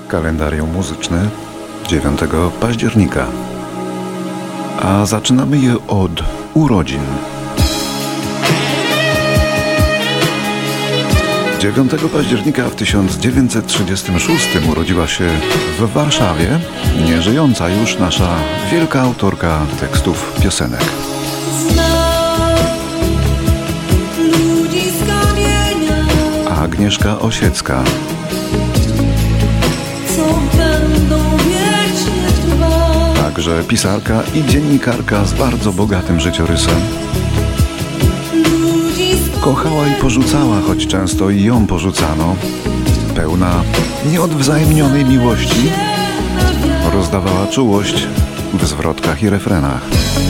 Kalendarium muzyczne 9 października. A zaczynamy je od urodzin. 9 października w 1936 urodziła się w Warszawie nieżyjąca już nasza wielka autorka tekstów piosenek. Agnieszka Osiecka. Także pisarka i dziennikarka z bardzo bogatym życiorysem. Kochała i porzucała, choć często i ją porzucano. Pełna nieodwzajemnionej miłości. Rozdawała czułość w zwrotkach i refrenach.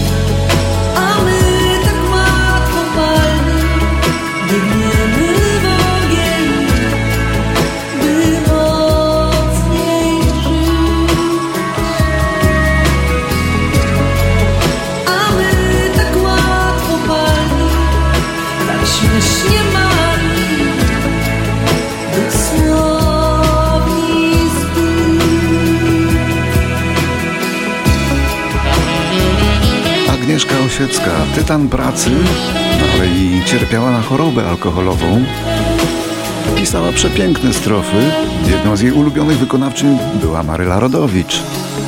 Agnieszka Osiecka, tytan pracy, ale i cierpiała na chorobę alkoholową. Pisała przepiękne strofy. Jedną z jej ulubionych wykonawczyń była Maryla Rodowicz.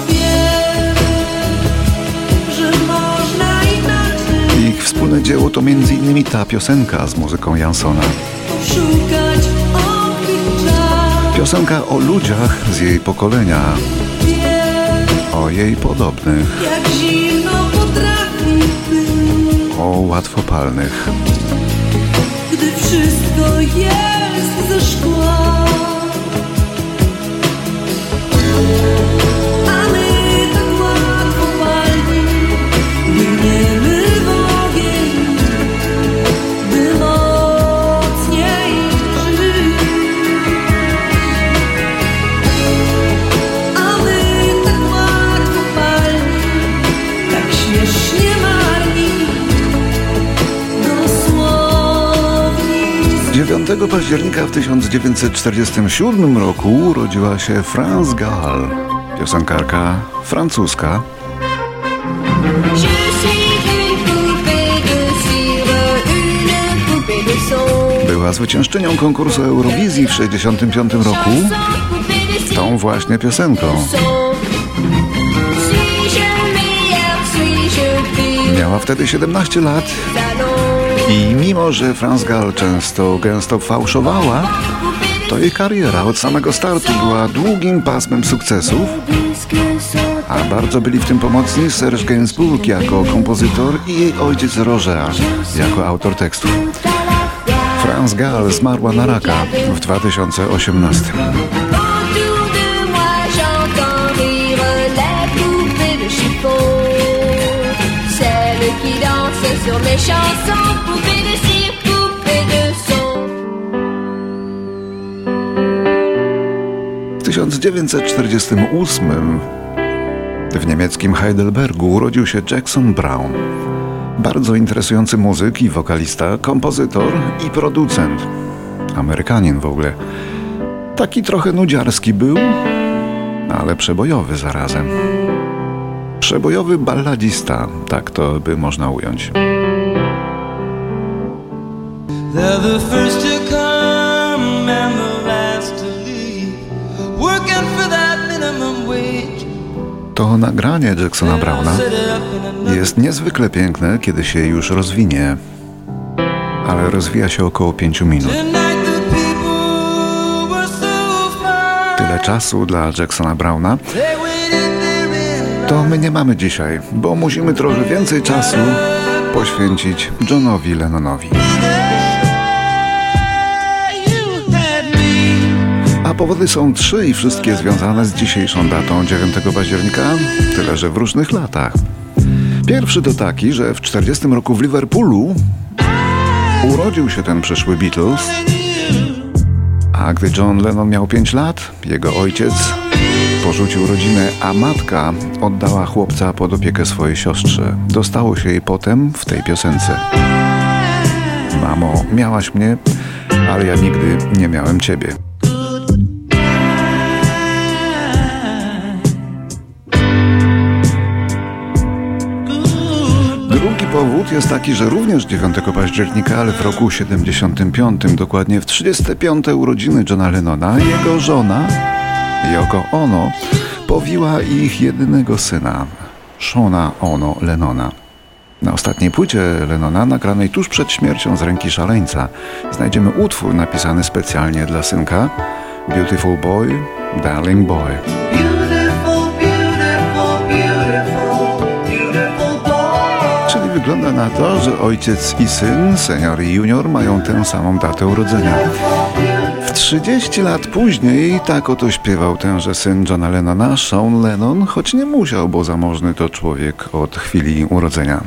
Ich wspólne dzieło to m.in. ta piosenka z muzyką Jansona. Piosenka o ludziach z jej pokolenia, o jej podobnych, o łatwopalnych. Gdy wszystko jest ze szkła, a my tak łatwopalni biegniemy w ogień, by mocniej żyć. A my tak łatwopalni, tak śmiesznie marni. 9 października w 1947 roku urodziła się France Gall, piosenkarka francuska. Była zwyciężczynią konkursu Eurowizji w 1965 roku tą właśnie piosenką. Miała wtedy 17 lat. I mimo, że France Gall gęsto fałszowała, to jej kariera od samego startu była długim pasmem sukcesów, a bardzo byli w tym pomocni Serge Gainsbourg jako kompozytor i jej ojciec Roger jako autor tekstów. France Gall zmarła na raka w 2018. Sur mes chansons, poupées de cire, poupées de son. W 1948 w niemieckim Heidelbergu urodził się Jackson Browne. Bardzo interesujący muzyk i wokalista, kompozytor i producent. Amerykanin w ogóle. Taki trochę nudziarski był, ale przebojowy zarazem. Przebojowy balladzista, tak to by można ująć. They're the first to come and the last to leave, working for that minimum wage. To nagranie Jacksona Browna jest niezwykle piękne, kiedy się już rozwinie, ale rozwija się około 5 minut. Tyle czasu dla Jacksona Browna to my nie mamy dzisiaj, bo musimy trochę więcej czasu poświęcić Johnowi Lennonowi. A powody są 3 i wszystkie związane z dzisiejszą datą 9 października, tyle że w różnych latach. Pierwszy to taki, że w 1940 roku w Liverpoolu urodził się ten przyszły Beatles, a gdy John Lennon miał 5 lat, jego ojciec porzucił rodzinę, a matka oddała chłopca pod opiekę swojej siostrze. Dostało się jej potem w tej piosence. Mamo, miałaś mnie, ale ja nigdy nie miałem ciebie. powód jest taki, że również 9 października, ale w roku 75, dokładnie w 35. urodziny Johna Lennona, jego żona Yoko Ono powiła ich jedynego syna, Shona Ono Lennona. Na ostatniej płycie Lennona, nagranej tuż przed śmiercią z ręki szaleńca, znajdziemy utwór napisany specjalnie dla synka, Beautiful Boy, Darling Boy. Czyli wygląda na to, że ojciec i syn, senior i junior, mają tę samą datę urodzenia. W 30 lat później tak oto śpiewał tenże syn Johna Lennona, Sean Lennon, choć nie musiał, bo zamożny to człowiek od chwili urodzenia.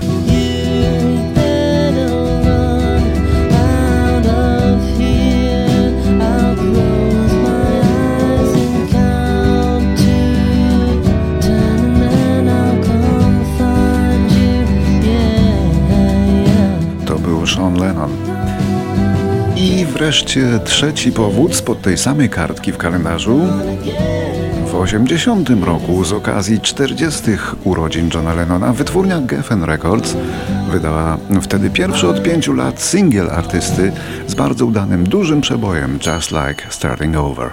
To był Sean Lennon. I wreszcie trzeci powód spod tej samej kartki w kalendarzu. W 80 roku z okazji 40 urodzin Johna Lennona wytwórnia Geffen Records wydała wtedy pierwszy od 5 lat singiel artysty z bardzo udanym, dużym przebojem Just Like Starting Over.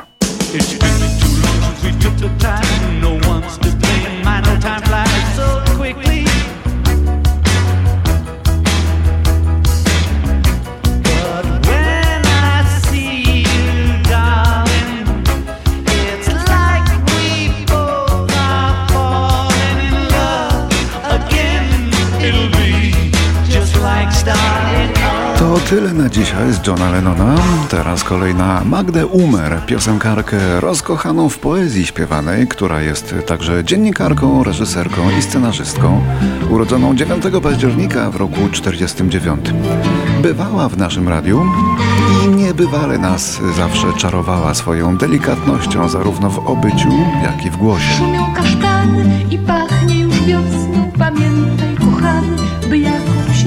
To tyle na dzisiaj z Johna Lennona. Teraz kolej na Magdę Umer, piosenkarkę rozkochaną w poezji śpiewanej, która jest także dziennikarką, reżyserką i scenarzystką, urodzoną 9 października w roku 49. Bywała w naszym radiu i niebywale nas zawsze czarowała swoją delikatnością zarówno w obyciu, jak i w głosie. Szumią kasztany i pachnie już wiosną. Pamiętaj, kochany, by jakąś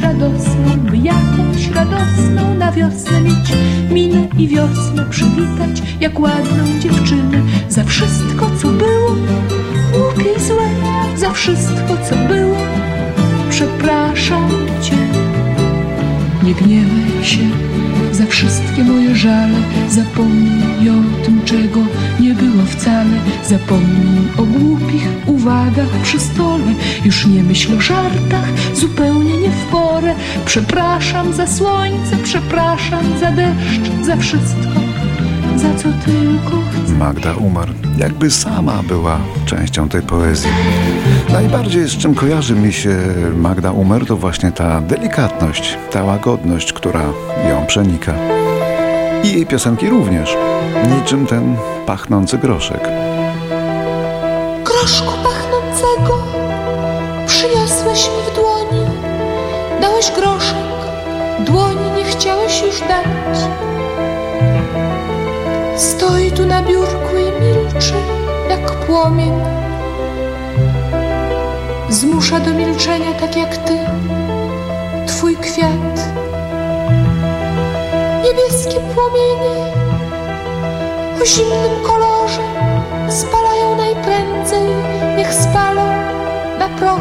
radosną na wiosnę mieć minę i wiosnę przywitać jak ładną dziewczynę. Za wszystko, co było, głupie i złe, za wszystko, co było, przepraszam cię. Nie gniewaj się za wszystkie moje żale, zapomnij o tym, czego nie było wcale. Zapomnij o głupich uwagach przy stole, już nie myśl o żartach, zupełnie nie w porę. Przepraszam za słońce, przepraszam za deszcz, za wszystko, za co tylko chcę. Magda Umer jakby sama była częścią tej poezji. Najbardziej z czym kojarzy mi się Magda Umer to właśnie ta delikatność, ta łagodność, która ją przenika. I jej piosenki również, niczym ten pachnący groszek. Groszku pachnącego przyniosłeś mi w dłoni, dałeś groszek, dłoni nie chciałeś już dać. Stoi tu na biurku i milczy jak płomień. Zmusza do milczenia tak jak ty, twój kwiat. Niebieskie płomienie o zimnym kolorze spalają najprędzej, niech spalą na proch.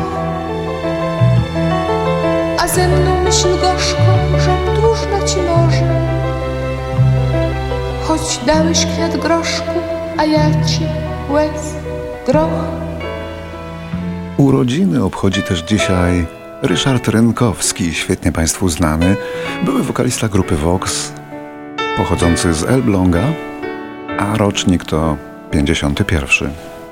A ze mną myśl gorzką, że dłużno ci może. Choć dałeś kwiat groszku, a ja ci łez groch. Urodziny obchodzi też dzisiaj Ryszard Rynkowski, świetnie Państwu znany, były wokalista grupy Vox, pochodzący z Elbląga, a rocznik to 51.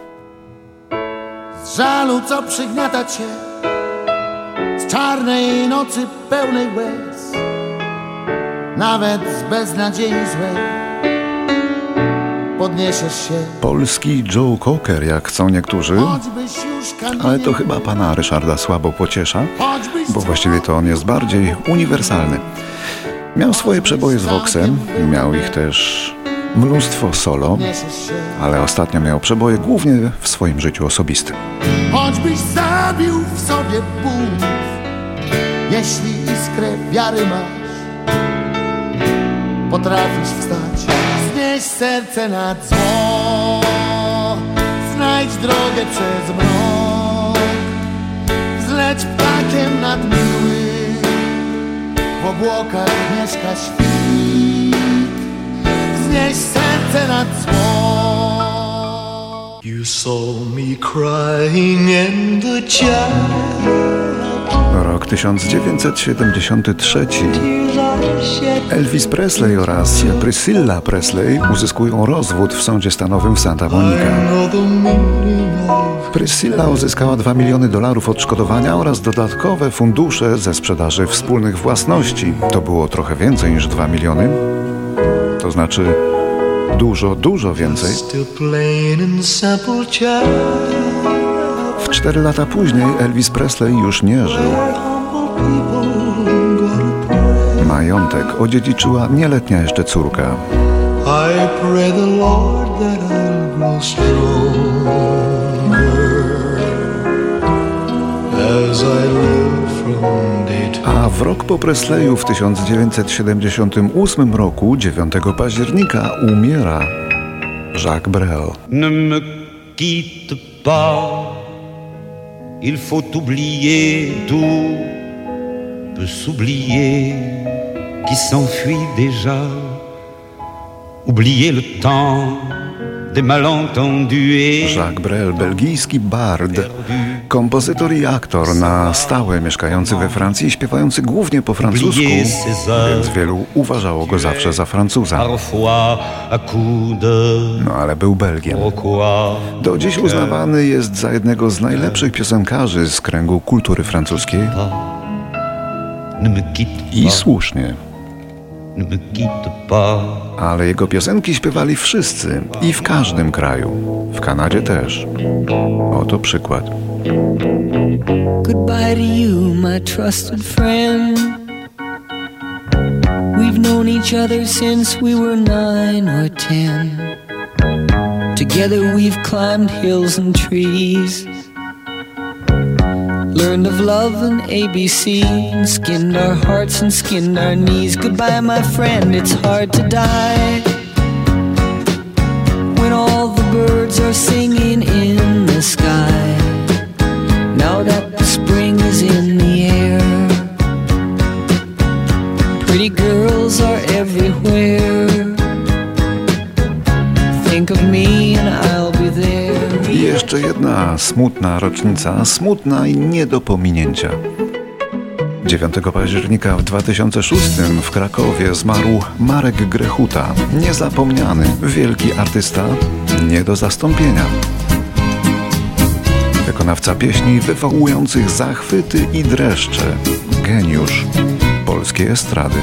Z żalu, co przygniata cię, z czarnej nocy pełnej łez, nawet z beznadziei złej, podniesiesz się. Polski Joe Cocker, jak chcą niektórzy, ale to chyba pana Ryszarda słabo pociesza, bo właściwie to on jest bardziej uniwersalny. Miał swoje przeboje z Voxem, miał ich też mnóstwo solo, ale ostatnio miał przeboje głównie w swoim życiu osobistym. Choćbyś zabił w sobie ból, jeśli iskrę wiary masz, potrafisz wstać, znieść serce nad zło, znajdź drogę przez mrok, wzleć ptakiem nad mgły. w obłokach mieszka świt, wznieś serce nad zło. You saw me crying in the child. Rok 1973. Elvis Presley oraz Priscilla Presley uzyskują rozwód w sądzie stanowym w Santa Monica. Priscilla uzyskała $2 miliony odszkodowania oraz dodatkowe fundusze ze sprzedaży wspólnych własności. To było trochę więcej niż 2 miliony. To znaczy dużo więcej. W 4 lata później Elvis Presley już nie żył. Majątek odziedziczyła nieletnia jeszcze córka. I pray the Lord that I'll grow stronger as I live from day to A w rok po Presleyu w 1978 roku, 9 października, umiera Jacques Brel. Ne me quitte pas, il faut oublier tout, peut s'oublier qui s'enfuit déjà, oublier le temps des malentendus et Jacques Brel, belgijski bard, kompozytor i aktor na stałe mieszkający we Francji i śpiewający głównie po francusku, więc wielu uważało go zawsze za Francuza. parfois à coups de No ale był Belgiem. pourquoi Do dziś uznawany jest za jednego z najlepszych piosenkarzy z kręgu kultury francuskiej ne me quitte i pas, słusznie. ne me quitte pas. Ale jego piosenki śpiewali wszyscy i w każdym kraju. W Kanadzie też. Oto przykład. Goodbye to you, my trusted friend. We've known each other since we were 9 or 10. Together we've climbed hills and trees, learned of love and ABC, and skinned our hearts and skinned our knees. Goodbye, my friend, it's hard to die when all the birds are singing in the sky. Now that the spring is in the air, pretty girls are everywhere. Think of me and I'll be there. I jeszcze jedna smutna rocznica, smutna i nie do pominięcia. 9 października w 2006 w Krakowie zmarł Marek Grechuta, niezapomniany, wielki artysta, nie do zastąpienia. Wykonawca pieśni wywołujących zachwyty i dreszcze, geniusz polskiej estrady.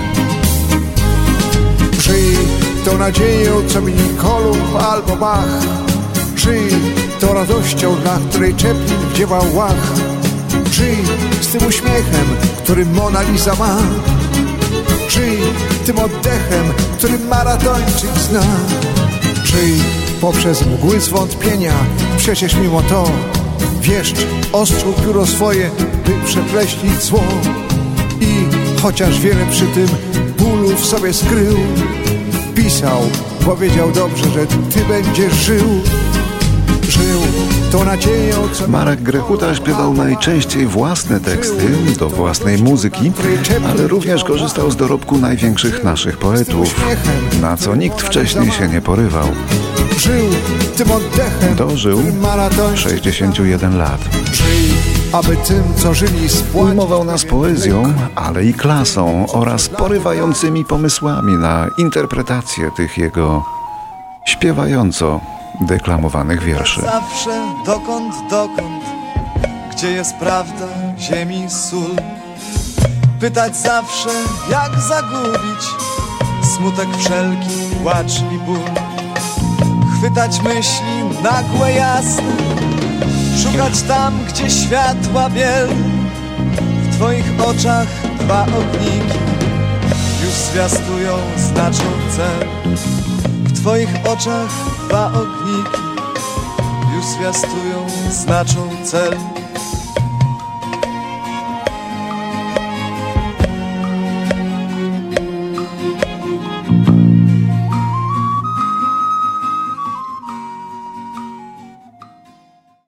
Żyj tą nadzieją, co mi Kolumb albo Bach. Żyj tą radością, dla której Chaplin wdziewał łach. Żyj z tym uśmiechem, który Mona Lisa ma. Żyj tym oddechem, który maratończyk zna. Żyj poprzez mgły zwątpienia, przecież mimo to wieszcz ostrzył pióro swoje, by przepleśnić zło. I chociaż wiele przy tym bólu w sobie skrył, pisał, powiedział dobrze, że ty będziesz żył. Żył tą nadzieją, co... Marek Grechuta śpiewał najczęściej własne teksty do własnej muzyki, ale również korzystał z dorobku największych naszych poetów, na co nikt wcześniej się nie porywał. Żył tym oddechem, Dożył 61 lat. Żyj, aby tym, co żyli, spłacić. Ujmował nas poezją, ale i klasą oraz porywającymi pomysłami na interpretację tych jego śpiewająco deklamowanych wierszy. Zawsze dokąd, gdzie jest prawda, ziemi sól. Pytać zawsze, jak zagubić smutek wszelki, płacz i ból. Chwytać myśli nagłe, jasne, szukać tam, gdzie światła biel. W twoich oczach 2 ogniki już zwiastują, znaczą cel. W twoich oczach 2 ogniki już zwiastują, znaczą cel.